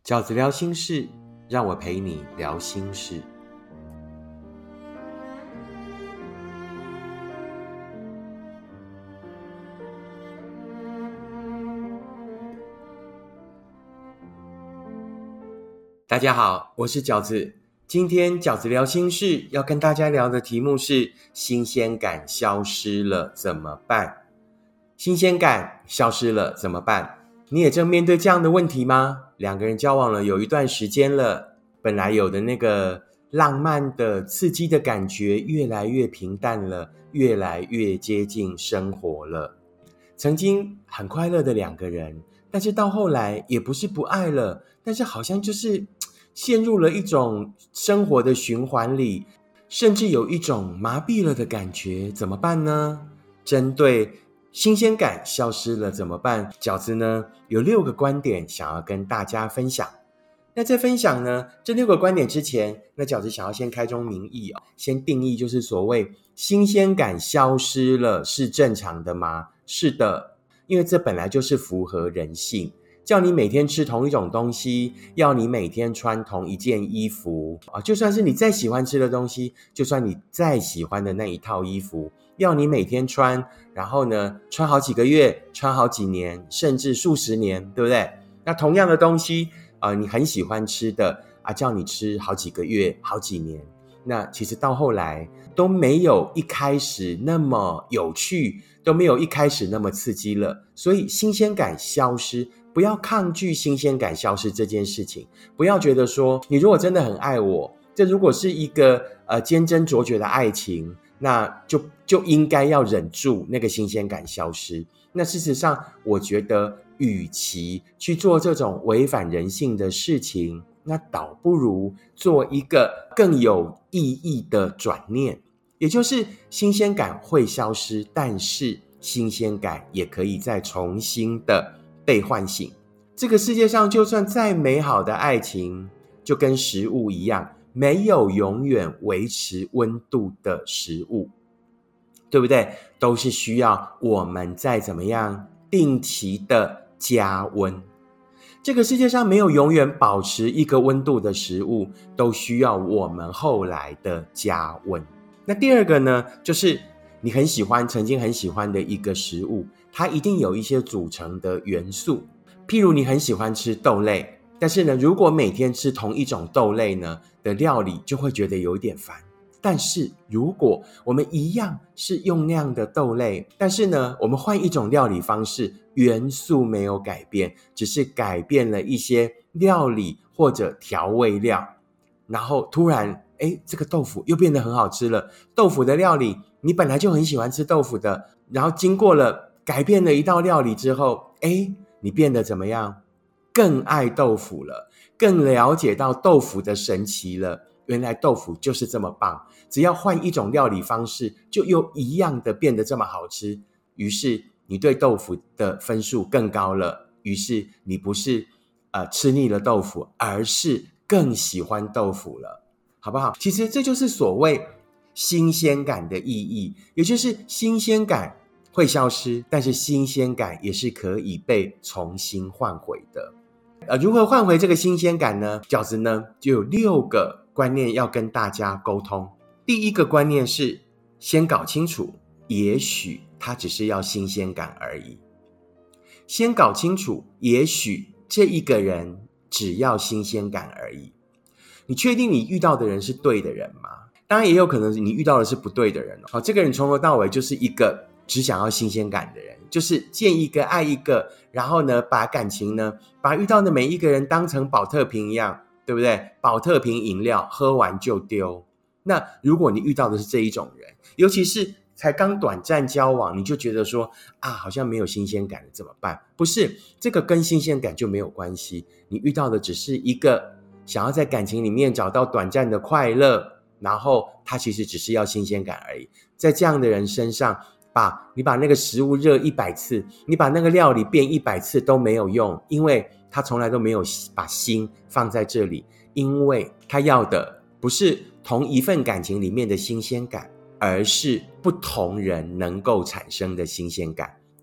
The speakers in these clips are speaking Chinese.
饺子聊心事，让我陪你聊心事。大家好，我是饺子。今天饺子聊心事要跟大家聊的题目是新鲜感消失了怎么办？新鲜感消失了怎么办？你也正面对这样的问题吗？两个人交往了有一段时间了，本来有的那个浪漫的刺激的感觉越来越平淡了，越来越接近生活了。曾经很快乐的两个人，但是到后来也不是不爱了，但是好像就是陷入了一种生活的循环里，甚至有一种麻痹了的感觉，怎么办呢？针对新鲜感消失了怎么办？饺子呢有6个观点想要跟大家分享。那在分享呢这6个观点之前，那饺子想要先开宗明义先定义，就是所谓新鲜感消失了是正常的吗？是的，因为这本来就是符合人性。叫你每天吃同一种东西，要你每天穿同一件衣服就算是你再喜欢吃的东西，就算你再喜欢的那一套衣服，要你每天穿，然后呢穿好几个月，穿好几年，甚至数十年，对不对？那同样的东西你很喜欢吃的叫你吃好几个月，好几年，那其实到后来都没有一开始那么有趣，都没有一开始那么刺激了。所以新鲜感消失，不要抗拒新鲜感消失这件事情，不要觉得说你如果真的很爱我，这如果是一个坚贞卓绝的爱情，那就应该要忍住那个新鲜感消失。那事实上我觉得与其去做这种违反人性的事情，那倒不如做一个更有意义的转念，也就是新鲜感会消失，但是新鲜感也可以再重新的被唤醒。这个世界上就算再美好的爱情，就跟食物一样，没有永远维持温度的食物，对不对？都是需要我们再怎么样定期的加温。这个世界上没有永远保持一个温度的食物，都需要我们后来的加温。那第二个呢，就是你曾经很喜欢的一个食物，它一定有一些组成的元素。譬如你很喜欢吃豆类，但是呢，如果每天吃同一种豆类呢的料理，就会觉得有点烦。但是如果我们一样是用那样的豆类，但是呢我们换一种料理方式，元素没有改变，只是改变了一些料理或者调味料，然后突然这个豆腐又变得很好吃了。豆腐的料理你本来就很喜欢吃豆腐的，然后经过了改变了一道料理之后，你变得怎么样？更爱豆腐了，更了解到豆腐的神奇了。原来豆腐就是这么棒，只要换一种料理方式，就又一样的变得这么好吃。于是你对豆腐的分数更高了，于是你不是吃腻了豆腐，而是更喜欢豆腐了，好不好？其实这就是所谓新鲜感的意义，也就是新鲜感会消失，但是新鲜感也是可以被重新换回的。如何换回这个新鲜感呢？饺子呢就有6个观念要跟大家沟通。第一个观念是先搞清楚，也许它只是要新鲜感而已。先搞清楚，也许这一个人只要新鲜感而已。你确定你遇到的人是对的人吗？当然也有可能你遇到的是不对的人这个人从头到尾就是一个只想要新鲜感的人，就是见一个爱一个，然后呢把感情呢把遇到的每一个人当成保特瓶一样，对不对？保特瓶饮料喝完就丢。那如果你遇到的是这一种人，尤其是才刚短暂交往，你就觉得说好像没有新鲜感了，怎么办？不是，这个跟新鲜感就没有关系，你遇到的只是一个想要在感情里面找到短暂的快乐，然后他其实只是要新鲜感而已。在这样的人身上，你把那个食物热100次，你把那个料理变100次都没有用，因为他从来都没有把心放在这里，因为他要的不是同一份感情里面的新鲜感，而是不同人能够产生的新鲜感。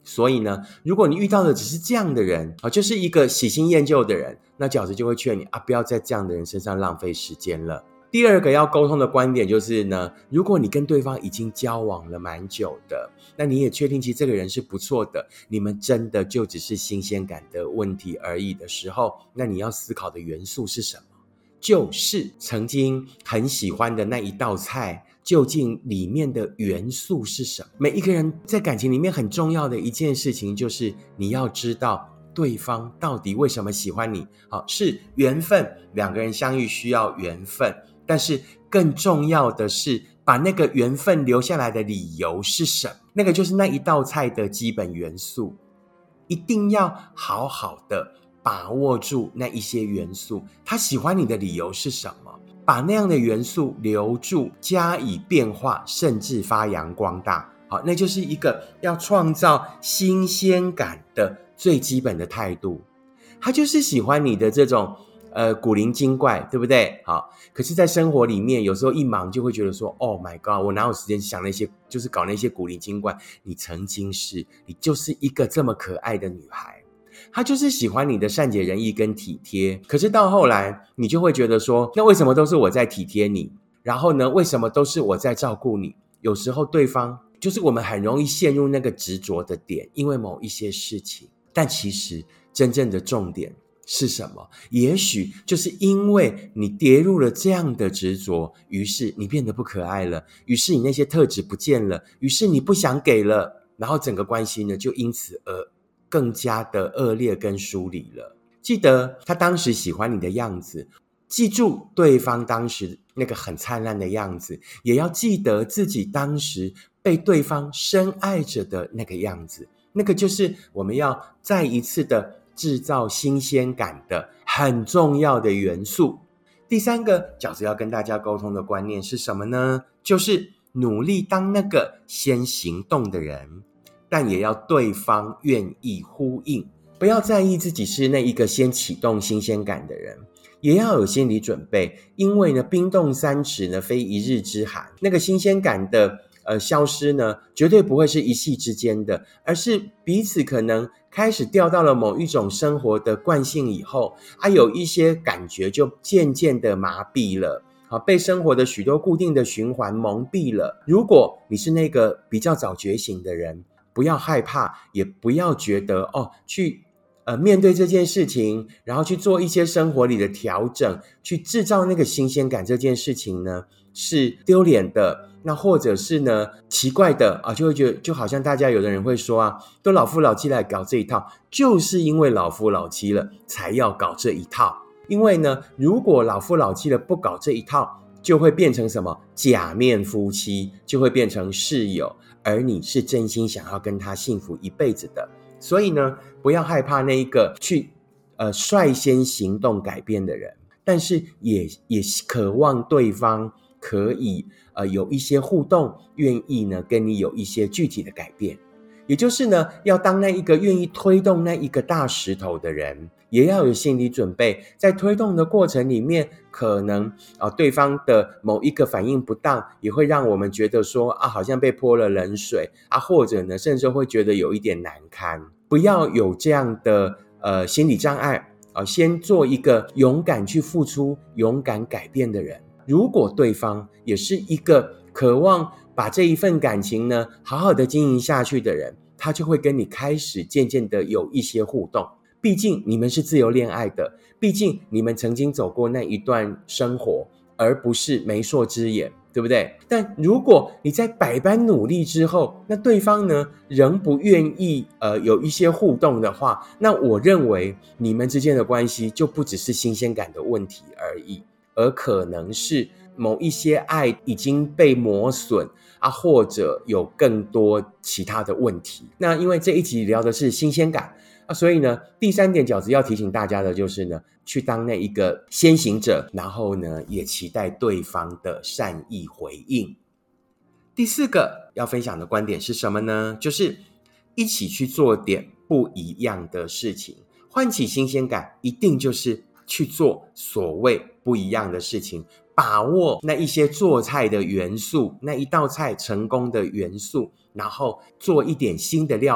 所以呢，如果你遇到的只是这样的人，就是一个喜新厌旧的人，那饺子就会劝你不要在这样的人身上浪费时间了。第二个要沟通的观点就是呢，如果你跟对方已经交往了蛮久的，那你也确定其实这个人是不错的，你们真的就只是新鲜感的问题而已的时候，那你要思考的元素是什么？就是曾经很喜欢的那一道菜，究竟里面的元素是什么？每一个人在感情里面很重要的一件事情，就是你要知道对方到底为什么喜欢你。是缘分，两个人相遇需要缘分，但是更重要的是把那个缘分留下来的理由是什么？那个就是那一道菜的基本元素，一定要好好的把握住那一些元素，他喜欢你的理由是什么？把那样的元素留住，加以变化，甚至发扬光大。好，那就是一个要创造新鲜感的最基本的态度。他就是喜欢你的这种古灵精怪，对不对？好，可是在生活里面有时候一忙就会觉得说 Oh my god， 我哪有时间想那些，就是搞那些古灵精怪。你曾经是，你就是一个这么可爱的女孩，他就是喜欢你的善解人意跟体贴。可是到后来你就会觉得说，那为什么都是我在体贴你，然后呢为什么都是我在照顾你？有时候对方就是我们很容易陷入那个执着的点，因为某一些事情，但其实真正的重点是什么？也许就是因为你跌入了这样的执着，于是你变得不可爱了，于是你那些特质不见了，于是你不想给了，然后整个关系呢就因此而更加的恶劣跟疏离了。记得他当时喜欢你的样子，记住对方当时那个很灿烂的样子，也要记得自己当时被对方深爱着的那个样子。那个就是我们要再一次的制造新鲜感的很重要的元素。第三个饺子要跟大家沟通的观念是什么呢？就是努力当那个先行动的人，但也要对方愿意呼应。不要在意自己是那一个先启动新鲜感的人，也要有心理准备，因为呢，冰冻三尺呢，非一日之寒。那个新鲜感的消失呢，绝对不会是一夕之间的，而是彼此可能开始掉到了某一种生活的惯性以后，有一些感觉就渐渐的麻痹了。被生活的许多固定的循环蒙蔽了。如果你是那个比较早觉醒的人，不要害怕，也不要觉得去面对这件事情，然后去做一些生活里的调整，去制造那个新鲜感，这件事情呢是丢脸的，那或者是呢奇怪的就会觉得，就好像大家有的人会说都老夫老妻来搞这一套，就是因为老夫老妻了才要搞这一套。因为呢，如果老夫老妻了不搞这一套，就会变成什么？假面夫妻，就会变成室友，而你是真心想要跟他幸福一辈子的。所以呢，不要害怕那一个去率先行动改变的人，但是也渴望对方可以有一些互动，愿意呢跟你有一些具体的改变。也就是呢，要当那一个愿意推动那一个大石头的人，也要有心理准备，在推动的过程里面，可能对方的某一个反应不当，也会让我们觉得说好像被泼了冷水或者呢，甚至会觉得有一点难堪。不要有这样的心理障碍先做一个勇敢去付出、勇敢改变的人。如果对方也是一个渴望把这一份感情呢好好的经营下去的人，他就会跟你开始渐渐的有一些互动。毕竟你们是自由恋爱的，毕竟你们曾经走过那一段生活，而不是媒妁之言，对不对？但如果你在百般努力之后，那对方呢仍不愿意有一些互动的话，那我认为你们之间的关系就不只是新鲜感的问题而已，而可能是某一些爱已经被磨损或者有更多其他的问题。那因为这一集聊的是新鲜感所以呢，第三点饺子要提醒大家的就是呢，去当那一个先行者，然后呢，也期待对方的善意回应。第四个要分享的观点是什么呢？就是一起去做点不一样的事情，唤起新鲜感，一定就是去做所谓不一样的事情，把握那一些做菜的元素，那一道菜成功的元素，然后做一点新的料理。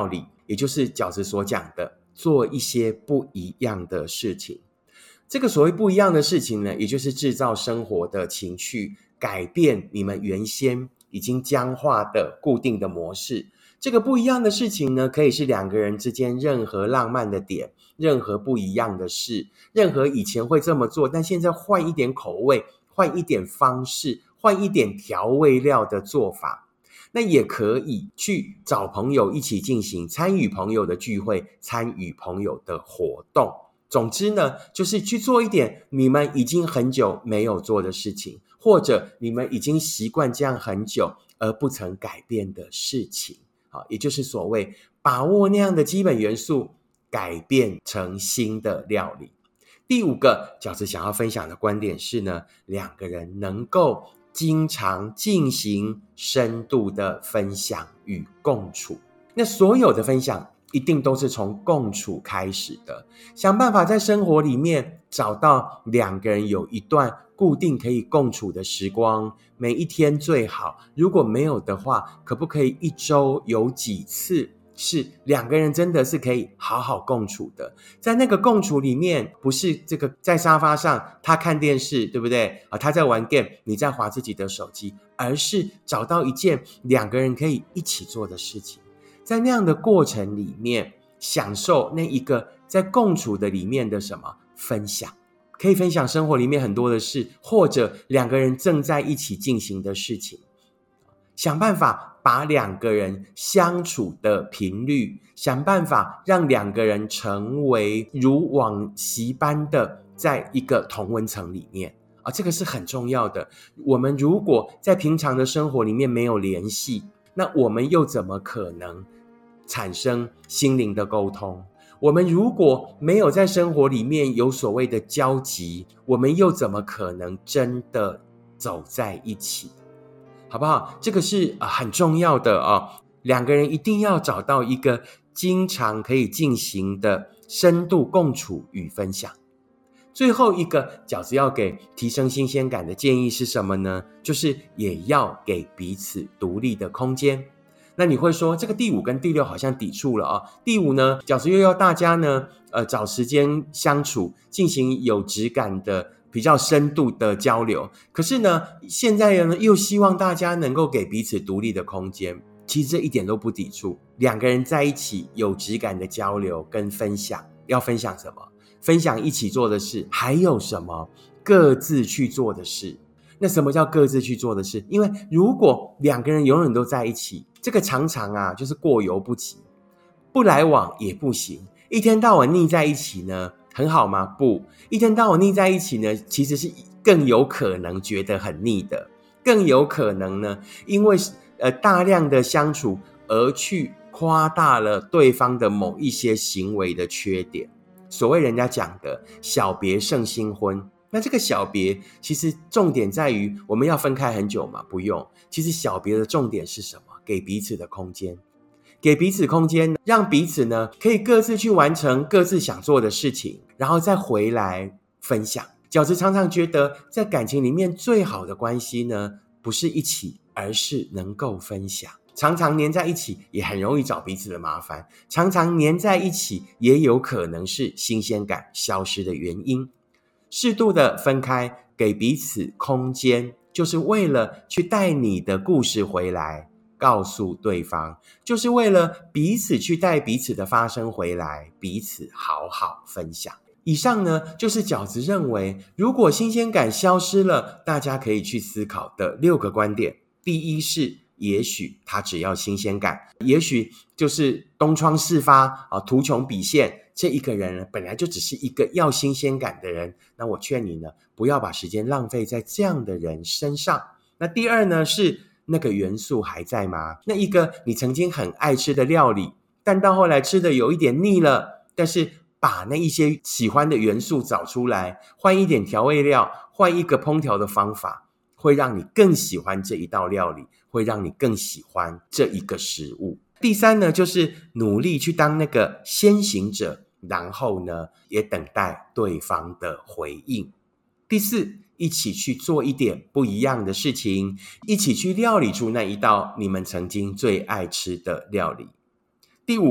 也就是饺子所讲的做一些不一样的事情。这个所谓不一样的事情呢，也就是制造生活的情趣，改变你们原先已经僵化的固定的模式。这个不一样的事情呢，可以是两个人之间任何浪漫的点，任何不一样的事，任何以前会这么做，但现在换一点口味，换一点方式，换一点调味料的做法。那也可以去找朋友一起进行，参与朋友的聚会，参与朋友的活动。总之呢，就是去做一点你们已经很久没有做的事情，或者你们已经习惯这样很久而不曾改变的事情。也就是所谓把握那样的基本元素，改变成新的料理。第五个饺子想要分享的观点是呢，两个人能够经常进行深度的分享与共处。那所有的分享一定都是从共处开始的，想办法在生活里面找到两个人有一段固定可以共处的时光，每一天最好，如果没有的话，可不可以一周有几次是两个人真的是可以好好共处的。在那个共处里面，不是这个在沙发上他看电视，对不对？他在玩 game， 你在滑自己的手机，而是找到一件两个人可以一起做的事情。在那样的过程里面，享受那一个在共处的里面的什么分享，可以分享生活里面很多的事，或者两个人正在一起进行的事情。想办法把两个人相处的频率，想办法让两个人成为如往昔般的在一个同温层里面。这个是很重要的。我们如果在平常的生活里面没有联系，那我们又怎么可能产生心灵的沟通？我们如果没有在生活里面有所谓的交集，我们又怎么可能真的走在一起？好不好？这个是很重要的两个人一定要找到一个经常可以进行的深度共处与分享。最后一个饺子要给提升新鲜感的建议是什么呢？就是也要给彼此独立的空间。那你会说这个第五跟第六好像抵触了第五呢，饺子又要大家呢找时间相处，进行有质感的比较深度的交流。可是呢，现在呢又希望大家能够给彼此独立的空间。其实这一点都不抵触，两个人在一起有质感的交流跟分享。要分享什么？分享一起做的事，还有什么各自去做的事。那什么叫各自去做的事？因为如果两个人永远都在一起，这个常常就是过犹不及，不来往也不行。一天到晚腻在一起呢，很好吗？不，一天到晚腻在一起呢，其实是更有可能觉得很腻的，更有可能呢，因为大量的相处而去夸大了对方的某一些行为的缺点。所谓人家讲的小别胜新婚，那这个小别其实重点在于我们要分开很久吗？不用。其实小别的重点是什么？给彼此的空间，给彼此空间，让彼此呢可以各自去完成各自想做的事情，然后再回来分享。饺子常常觉得在感情里面最好的关系呢，不是一起，而是能够分享。常常黏在一起也很容易找彼此的麻烦，常常黏在一起也有可能是新鲜感消失的原因。适度的分开，给彼此空间，就是为了去带你的故事回来告诉对方，就是为了彼此去带彼此的发生回来，彼此好好分享。以上呢，就是饺子认为如果新鲜感消失了，大家可以去思考的6个观点。第一是也许他只要新鲜感，也许就是东窗事发图穷匕现，这一个人本来就只是一个要新鲜感的人，那我劝你呢，不要把时间浪费在这样的人身上。那第二呢，是那个元素还在吗？那一个你曾经很爱吃的料理，但到后来吃的有一点腻了，但是把那一些喜欢的元素找出来，换一点调味料，换一个烹调的方法，会让你更喜欢这一道料理，会让你更喜欢这一个食物。第三呢，就是努力去当那个先行者，然后呢，也等待对方的回应。第四，一起去做一点不一样的事情，一起去料理出那一道你们曾经最爱吃的料理。第五，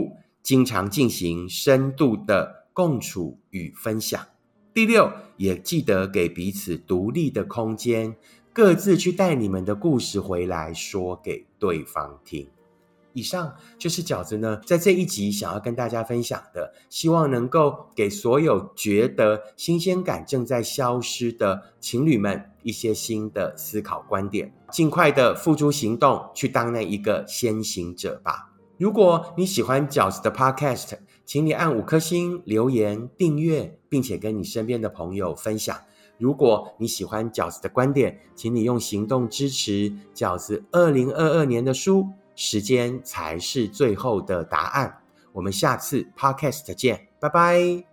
经常进行深度的共处与分享。第六，也记得给彼此独立的空间，各自去带你们的故事回来说给对方听。以上就是饺子呢在这一集想要跟大家分享的，希望能够给所有觉得新鲜感正在消失的情侣们一些新的思考观点，尽快的付诸行动，去当那一个先行者吧。如果你喜欢饺子的 podcast， 请你按5颗星留言订阅，并且跟你身边的朋友分享。如果你喜欢饺子的观点，请你用行动支持饺子2022年的书，时间才是最后的答案。我们下次 podcast 见，拜拜。